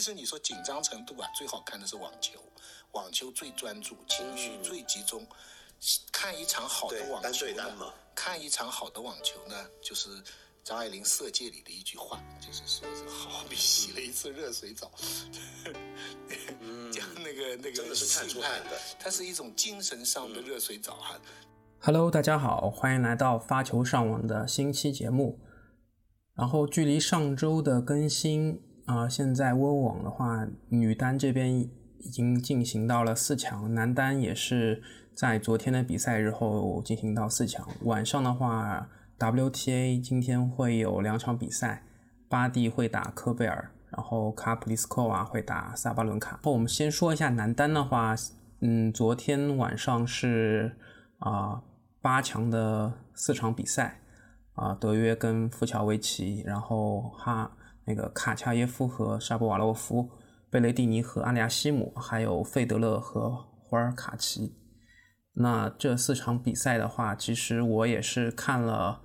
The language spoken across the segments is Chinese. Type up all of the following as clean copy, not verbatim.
实你说紧张程度啊，最好看的是网球，网球最专注，情绪最集中。看一场好的网球呢，看一场好的网球呢，就是张爱玲《色戒》里的一句话，就是说是好比洗了一次热水澡。讲那个真的是看出汗的， 它是一种精神上的热水澡哈。 Hello， 大家好，欢迎来到发球上网的新期节目。然后距离上周的更新现在温网的话，女单这边已经进行到了4强，男单也是在昨天的比赛日后进行到4强。晚上的话 WTA 今天会有2场比赛，巴蒂会打科贝尔，然后卡普利斯科娃会打萨巴伦卡。我们先说一下男单的话，昨天晚上是8强的4场比赛德约跟夫乔维奇，然后卡恰耶夫和沙波瓦洛夫，贝雷蒂尼和阿利亚西姆，还有费德勒和胡尔卡奇。那这4场比赛的话，其实我也是看了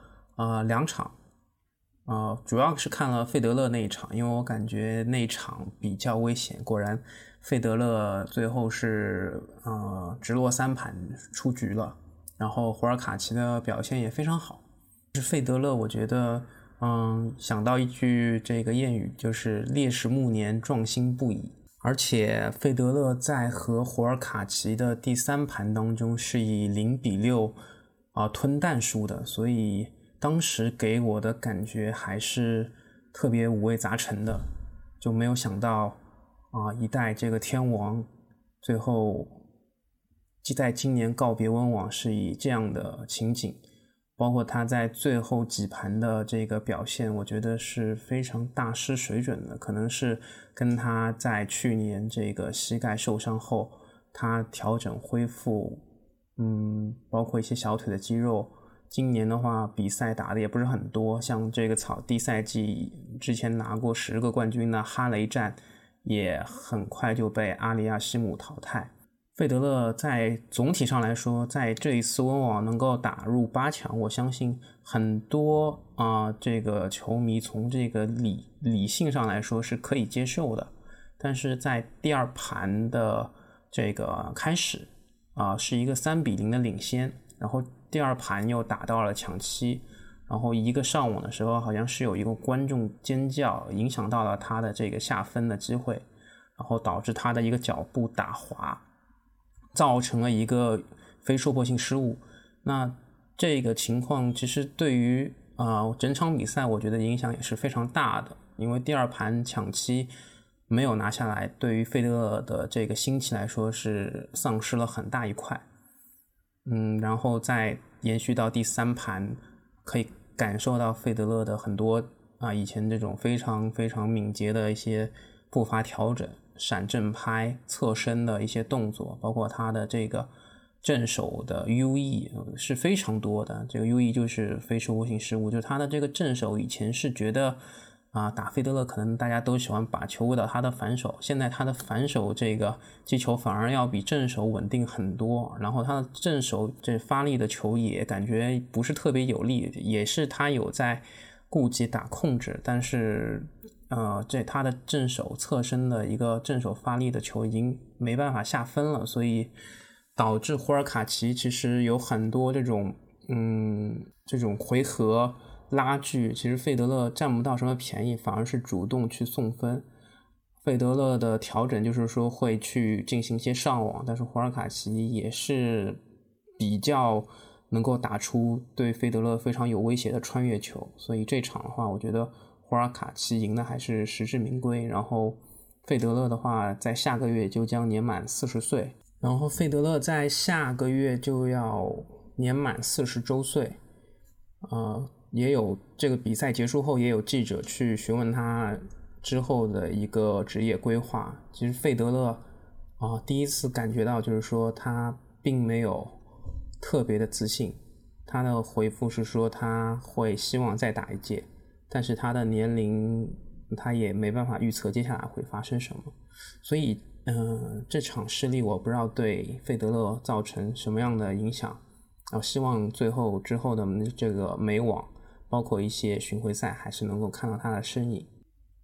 2场，主要是看了费德勒那一场，因为我感觉那一场比较危险，果然费德勒最后是直落3盘出局了，然后胡尔卡奇的表现也非常好。是费德勒，我觉得想到一句这个谚语，就是烈士暮年壮心不已。而且费德勒在和胡尔卡奇的第3盘当中是以0-6吞蛋输的，所以当时给我的感觉还是特别五味杂陈的，就没有想到一代这个天王最后在今年告别温网是以这样的情景，包括他在最后几盘的这个表现，我觉得是非常大失水准的，可能是跟他在去年这个膝盖受伤后，他调整恢复，包括一些小腿的肌肉，今年的话比赛打的也不是很多，像这个草地赛季之前拿过10个冠军的哈雷战也很快就被阿里亚西姆淘汰。费德勒在总体上来说，在这一次温网能够打入8强，我相信很多这个球迷从这个理性上来说是可以接受的。但是在第2盘的这个开始是一个3-0的领先，然后第2盘又打到了抢七，然后一个上网的时候好像是有一个观众尖叫，影响到了他的这个下分的机会，然后导致他的一个脚步打滑，造成了一个非受迫性失误。那这个情况其实对于整场比赛我觉得影响也是非常大的，因为第2盘抢七没有拿下来，对于费德勒的这个心气来说是丧失了很大一块。然后再延续到第3盘，可以感受到费德勒的很多以前这种非常非常敏捷的一些步伐调整、闪正拍、侧身的一些动作，包括他的这个正手的 UE 是非常多的。这个 UE 就是非受迫性失误，就是他的这个正手以前是觉得打费德勒可能大家都喜欢把球喂到他的反手，现在他的反手这个击球反而要比正手稳定很多，然后他的正手这发力的球也感觉不是特别有力，也是他有在顾及打控制，但是他的正手侧身的一个正手发力的球已经没办法下分了，所以导致胡尔卡奇其实有很多这种回合拉锯，其实费德勒占不到什么便宜，反而是主动去送分。费德勒的调整就是说会去进行一些上网，但是胡尔卡奇也是比较能够打出对费德勒非常有威胁的穿越球，所以这场的话我觉得胡尔卡奇赢的还是实至名归。然后费德勒的话在下个月就将年满40岁，然后费德勒在下个月就要年满40周岁，也有这个比赛结束后也有记者去询问他之后的一个职业规划。其实费德勒第一次感觉到就是说他并没有特别的自信，他的回复是说他会希望再打一届，但是他的年龄他也没办法预测接下来会发生什么，所以这场失利我不知道对费德勒造成什么样的影响，希望最后之后的这个美网包括一些巡回赛还是能够看到他的身影。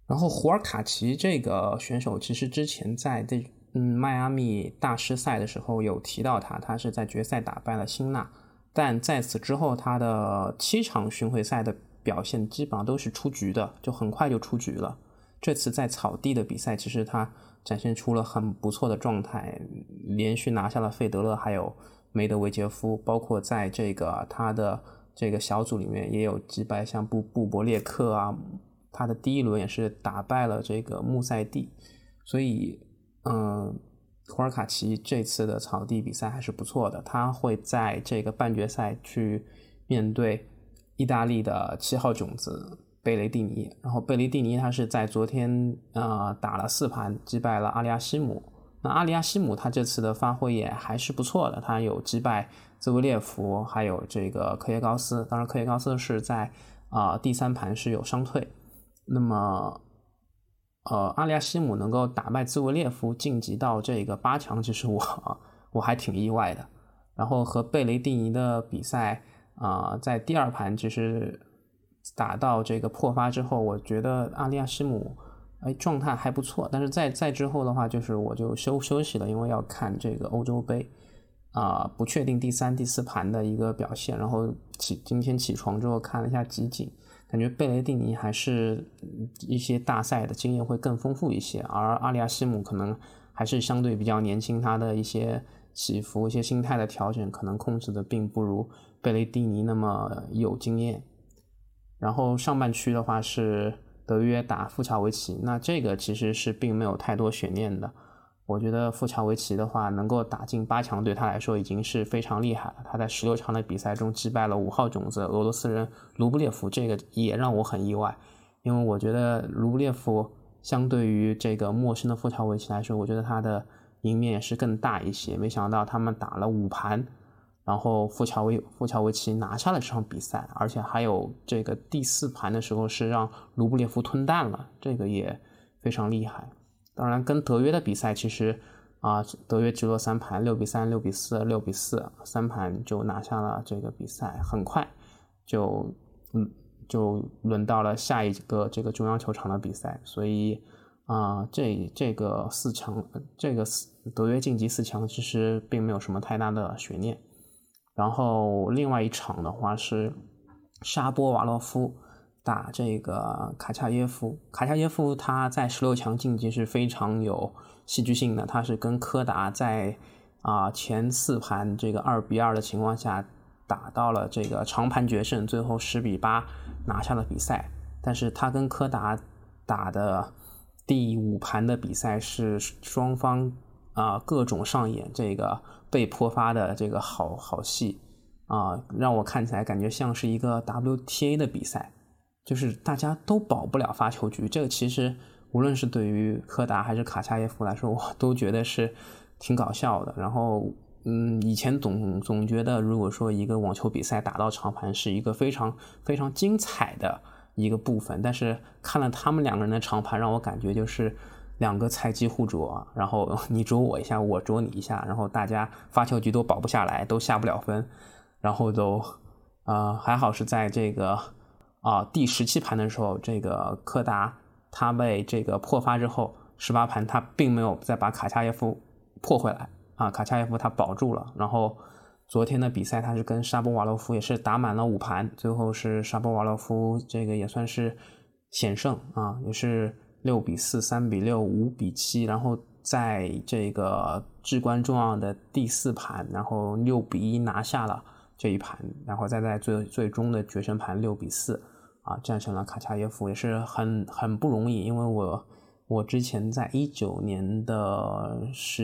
然后胡尔卡奇这个选手其实之前在迈阿密大师赛的时候有提到他是在决赛打败了辛纳，但在此之后他的7场巡回赛的表现基本上都是出局的，就很快就出局了。这次在草地的比赛其实他展现出了很不错的状态，连续拿下了费德勒还有梅德韦杰夫，包括在他的这个小组里面也有击败像布伯列克啊，他的第一轮也是打败了这个穆塞蒂，所以胡尔卡奇这次的草地比赛还是不错的，他会在这个半决赛去面对意大利的7号种子贝雷蒂尼，然后贝雷蒂尼他是在昨天打了4盘击败了阿里亚西姆，那阿里亚西姆他这次的发挥也还是不错的，他有击败兹维列夫还有这个科耶高斯，当然科耶高斯是在第3盘是有伤退，那么阿里亚西姆能够打败兹维列夫晋级到这个8强，其实我还挺意外的。然后和贝雷蒂尼的比赛在第2盘其实打到这个破发之后，我觉得阿里亚西姆状态还不错，但是在之后的话就是我就休息了，因为要看这个欧洲杯不确定第3、第4盘的一个表现，然后今天起床之后看了一下集锦，感觉贝雷蒂尼还是一些大赛的经验会更丰富一些，而阿里亚西姆可能还是相对比较年轻，他的一些起伏、一些心态的调整可能控制的并不如贝雷蒂尼那么有经验。然后上半区的话是德约打富乔维奇，那这个其实是并没有太多悬念的，我觉得富乔维奇的话能够打进8强对他来说已经是非常厉害了，他在16场的比赛中击败了5号种子俄罗斯人卢布列夫，这个也让我很意外，因为我觉得卢布列夫相对于这个陌生的富乔维奇来说，我觉得他的赢面也是更大一些，没想到他们打了5盘，然后富乔维奇拿下了这场比赛，而且还有这个第4盘的时候是让卢布列夫吞蛋了，这个也非常厉害。当然跟德约的比赛其实德约直落3盘6比3、6比4、6比4 3盘就拿下了这个比赛，很快就轮到了下一个这个中央球场的比赛，所以这个4强这个德约晋级4强其实并没有什么太大的悬念。然后另外一场的话是沙波瓦洛夫打这个卡恰耶夫他在16强晋级是非常有戏剧性的，他是跟柯达在前4盘这个2比2的情况下打到了这个长盘决胜，最后10比8拿下了比赛，但是他跟柯达打的第5盘的比赛是双方各种上演这个被破发的这个好戏让我看起来感觉像是一个 WTA 的比赛，就是大家都保不了发球局，这个其实无论是对于柯达还是卡恰耶夫来说，我都觉得是挺搞笑的。然后以前总觉得如果说一个网球比赛打到长盘是一个非常非常精彩的一个部分，但是看了他们2个人的长盘，让我感觉就是2个菜鸡互啄，然后你啄我一下我啄你一下，然后大家发球局都保不下来，都下不了分，然后都还好是在这个第17盘的时候，这个柯达他被这个破发之后18盘他并没有再把卡恰耶夫破回来卡恰耶夫他保住了，然后昨天的比赛他是跟沙波瓦洛夫也是打满了5盘，最后是沙波瓦洛夫这个也算是险胜也是6比4、3比6、5比7，然后在这个至关重要的第4盘，然后6比1拿下了这一盘，然后再在最终的决胜盘6比4战胜了卡恰耶夫，也是很不容易，因为我之前在19年的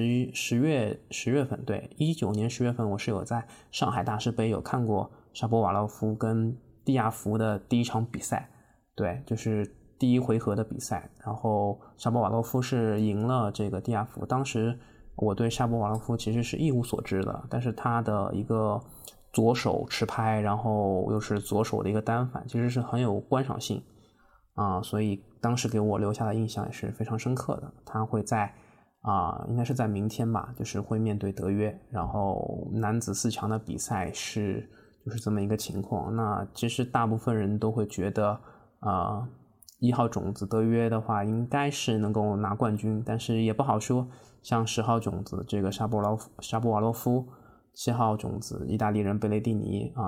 10月份，对，19年10月份我是有在上海大师杯有看过沙波瓦洛夫跟蒂亚福的第1场比赛，对，就是第1回合的比赛，然后沙波瓦洛夫是赢了这个蒂亚福，当时我对沙波瓦洛夫其实是一无所知的，但是他的一个左手持拍，然后又是左手的一个单反，其实是很有观赏性所以当时给我留下的印象也是非常深刻的。他会在应该是在明天吧，就是会面对德约，然后男子4强的比赛就是这么一个情况。那其实大部分人都会觉得 1号种子德约的话应该是能够拿冠军，但是也不好说。像10号种子这个沙波瓦洛夫，7号种子意大利人贝雷蒂尼啊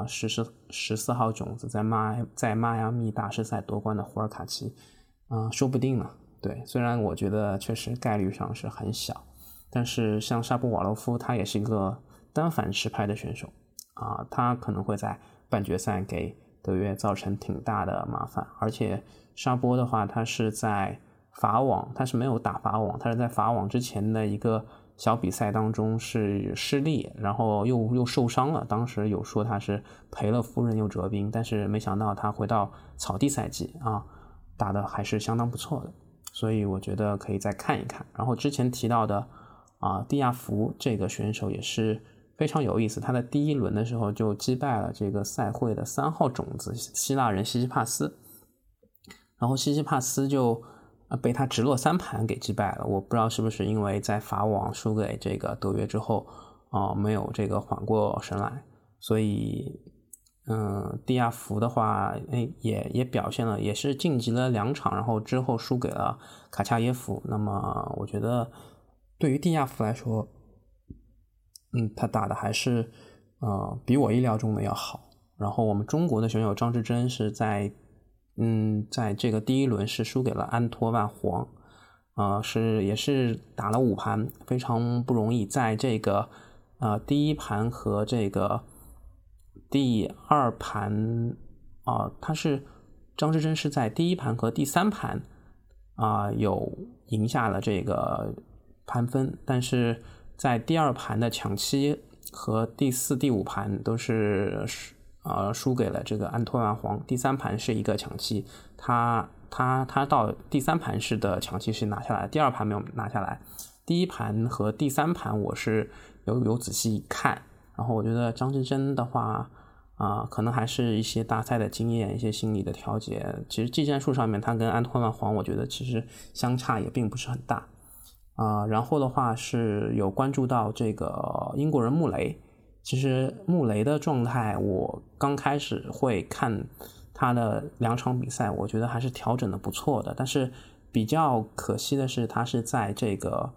，14号种子在迈阿密大师赛夺冠的胡尔卡奇啊，说不定呢。对，虽然我觉得确实概率上是很小，但是像沙波瓦洛夫他也是一个单反持拍的选手啊，他可能会在半决赛给德约造成挺大的麻烦。而且沙波的话，他是在法网，他是没有打法网，他是在法网之前的一个小比赛当中是失利，然后又受伤了，当时有说他是赔了夫人又折兵，但是没想到他回到草地赛季啊，打的还是相当不错的，所以我觉得可以再看一看。然后之前提到的蒂亚福这个选手也是非常有意思，他的第一轮的时候就击败了这个赛会的3号种子希腊人西西帕斯，然后西西帕斯就被他直落3盘给击败了。我不知道是不是因为在法网输给这个德约之后没有这个缓过神来，所以蒂亚福的话也表现了，也是晋级了2场，然后之后输给了卡恰耶夫。那么我觉得对于蒂亚福来说他打的还是比我意料中的要好。然后我们中国的选手张之臻是在这个第一轮是输给了安托万黄，也是打了5盘，非常不容易。在这个第一盘和这个第2盘他是张之臻是在第1盘和第3盘有赢下了这个盘分，但是在第2盘的抢七和第4、第5盘都是输给了这个安托万黄。第3盘是一个抢七，他到第3盘是的抢七是拿下来，第2盘没有拿下来。第1盘和第3盘我是有仔细看，然后我觉得张之臻的话可能还是一些大赛的经验，一些心理的调节。其实技战术上面他跟安托万黄我觉得其实相差也并不是很大然后的话是有关注到这个英国人穆雷。其实穆雷的状态我刚开始会看他的2场比赛，我觉得还是调整的不错的，但是比较可惜的是他是在这个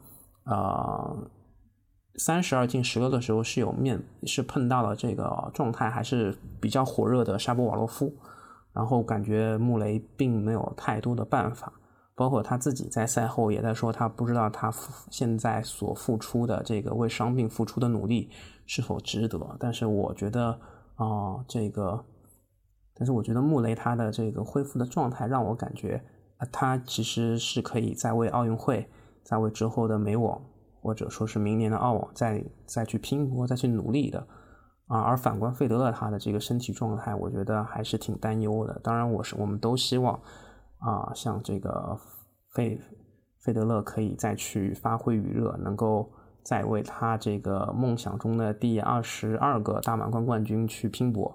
32进16的时候是碰到了这个状态还是比较火热的沙波瓦洛夫，然后感觉穆雷并没有太多的办法，包括他自己在赛后也在说他不知道他现在所付出的这个为伤病付出的努力是否值得。但是我觉得我觉得穆雷他的这个恢复的状态让我感觉他其实是可以再为奥运会，再为之后的美网或者说是明年的澳网再去拼搏，再去努力的而反观费德勒他的这个身体状态我觉得还是挺担忧的。当然我们都希望像这个费德勒可以再去发挥余热，能够再为他这个梦想中的第22个大满贯冠军去拼搏。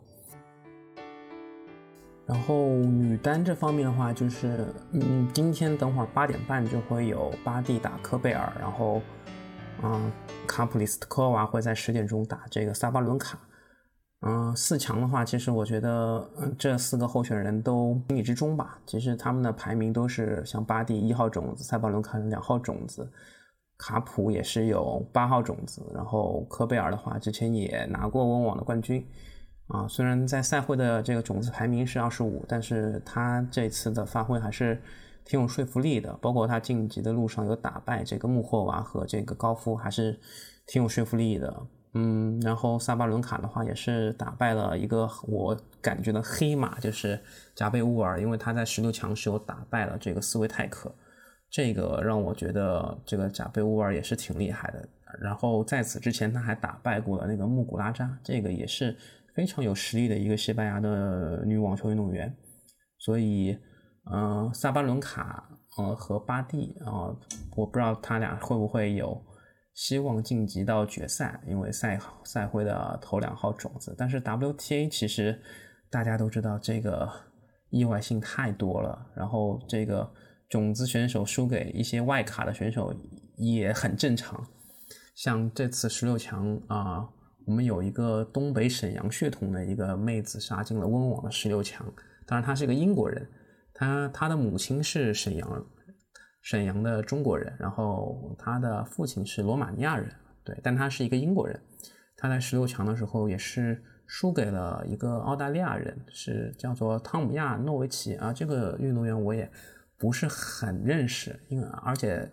然后女单这方面的话就是今天等会儿8点半就会有巴蒂打科贝尔，然后卡普里斯科娃会在10点钟打这个萨巴伦卡。4强的话其实我觉得这4个候选人都情理之中吧。其实他们的排名都是像巴蒂1号种子，萨巴伦卡2号种子，卡普也是有8号种子，然后科贝尔的话之前也拿过温网的冠军虽然在赛会的这个种子排名是25，但是他这次的发挥还是挺有说服力的，包括他晋级的路上有打败这个穆霍娃和这个高夫，还是挺有说服力的。然后萨巴伦卡的话也是打败了一个我感觉的黑马，就是贾贝乌尔，因为他在16强是有打败了这个斯维泰克，这个让我觉得这个贾贝乌尔也是挺厉害的。然后在此之前他还打败过了那个穆古拉扎，这个也是非常有实力的一个西班牙的女网球运动员。所以萨巴伦卡和巴蒂我不知道他俩会不会有希望晋级到决赛，因为赛会的头2号种子。但是 WTA 其实大家都知道这个意外性太多了，然后这个种子选手输给一些外卡的选手也很正常。像这次16强我们有一个东北沈阳血统的一个妹子杀进了温网的16强，当然她是个英国人， 他的母亲是沈阳的中国人，然后他的父亲是罗马尼亚人，对，但他是一个英国人。他在16强的时候也是输给了一个澳大利亚人，是叫做汤姆亚诺维奇啊，这个运动员我也不是很认识，而且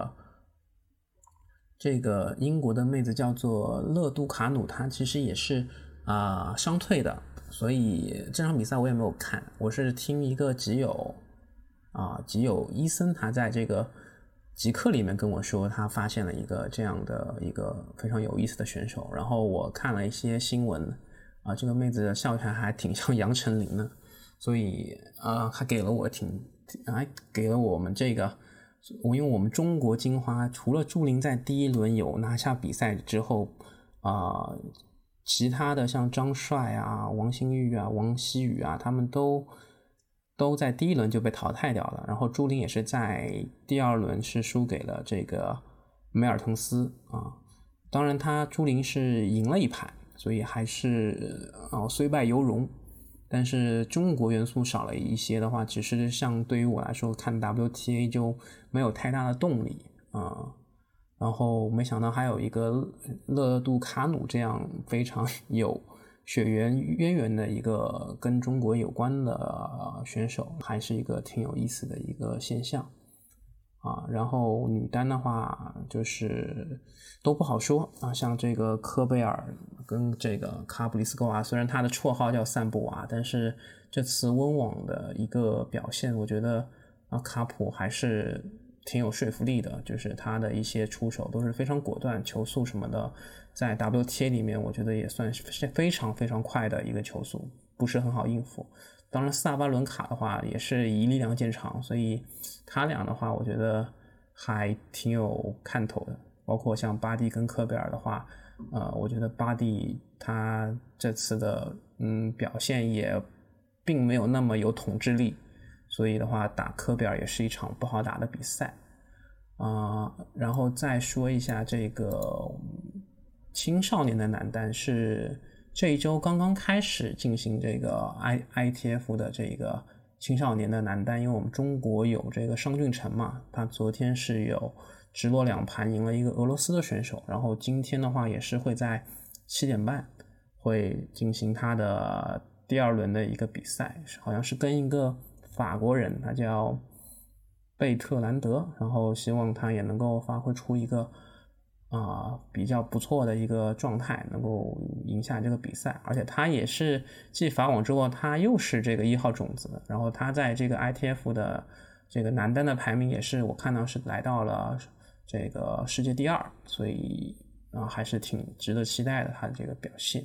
这个英国的妹子叫做勒杜卡努，她其实也是伤退的，所以这场比赛我也没有看，我是听一个集友伊森他在这个极客里面跟我说，他发现了一个这样的一个非常有意思的选手，然后我看了一些新闻这个妹子的笑起来还挺像杨丞琳的，所以还给了我们这个，因为我们中国金花除了朱琳在第一轮有拿下比赛之后其他的像张帅王星玉王希宇他们都在第一轮就被淘汰掉了，然后朱琳也是在第二轮是输给了这个梅尔滕斯当然朱琳是赢了一盘，所以还是虽败犹荣，但是中国元素少了一些的话，只是像对于我来说看 WTA 就没有太大的动力然后没想到还有一个勒杜卡努这样非常有血缘渊源的一个跟中国有关的选手，还是一个挺有意思的一个现象然后女单的话就是都不好说像这个科贝尔跟这个卡普里斯科娃，虽然他的绰号叫散步但是这次温网的一个表现我觉得卡普还是挺有说服力的，就是他的一些出手都是非常果断，球速什么的在 WTA 里面我觉得也算是非常非常快的一个球速，不是很好应付。当然萨巴伦卡的话也是以力量见长，所以他俩的话我觉得还挺有看头的，包括像巴蒂跟科贝尔的话我觉得巴蒂他这次的表现也并没有那么有统治力，所以的话打科贝尔也是一场不好打的比赛然后再说一下这个青少年的男单，是这一周刚刚开始进行这个 ITF 的这个青少年的男单，因为我们中国有这个商俊成嘛，他昨天是有直落2盘赢了一个俄罗斯的选手，然后今天的话也是会在7点半会进行他的第二轮的一个比赛，好像是跟一个法国人，他叫贝特兰德，然后希望他也能够发挥出一个比较不错的一个状态，能够赢下这个比赛。而且他也是继法网之后他又是这个1号种子，然后他在这个 ITF 的这个男单的排名也是我看到是来到了这个世界第2，所以还是挺值得期待的他的这个表现。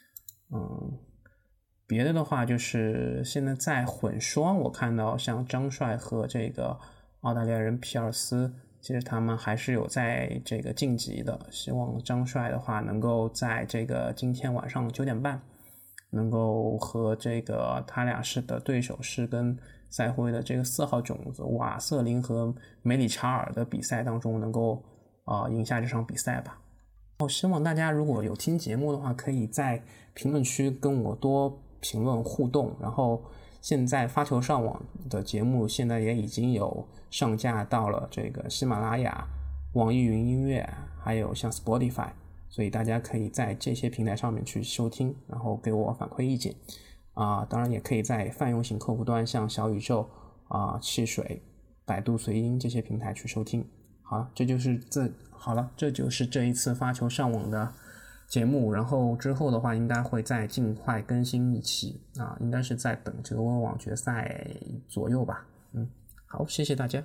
别的话就是现在在混双，我看到像张帅和这个澳大利亚人皮尔斯，其实他们还是有在这个晋级的，希望张帅的话能够在这个今天晚上9点半能够和这个他俩是的对手是跟赛会的这个4号种子瓦瑟林和梅里查尔的比赛当中能够赢下这场比赛吧。希望大家如果有听节目的话，可以在评论区跟我多评论互动，然后现在发球上网的节目现在也已经有上架到了这个喜马拉雅、网易云音乐还有像 Spotify， 所以大家可以在这些平台上面去收听，然后给我反馈意见当然也可以在泛用型客户端像小宇宙汽水、百度随音这些平台去收听。好了，这就是这一次发球上网的节目，然后之后的话应该会再尽快更新一期应该是在等这个温网决赛左右吧。好，谢谢大家。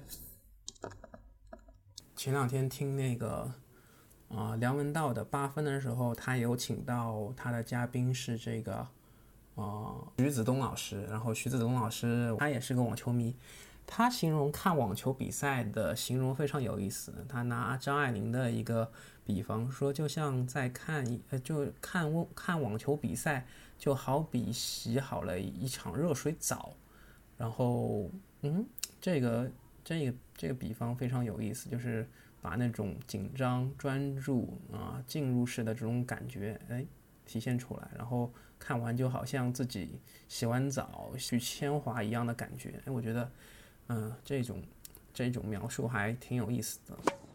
前两天听那个梁文道的8分的时候，他有请到他的嘉宾是这个徐子东老师，然后徐子东老师他也是个网球迷，他形容看网球比赛的形容非常有意思，他拿张爱玲的一个比方说，就像在看网球比赛，就好比洗好了一场热水澡，然后这个比方非常有意思，就是把那种紧张专注进入式的这种感觉体现出来，然后看完就好像自己洗完澡去铅华一样的感觉。我觉得这种描述还挺有意思的。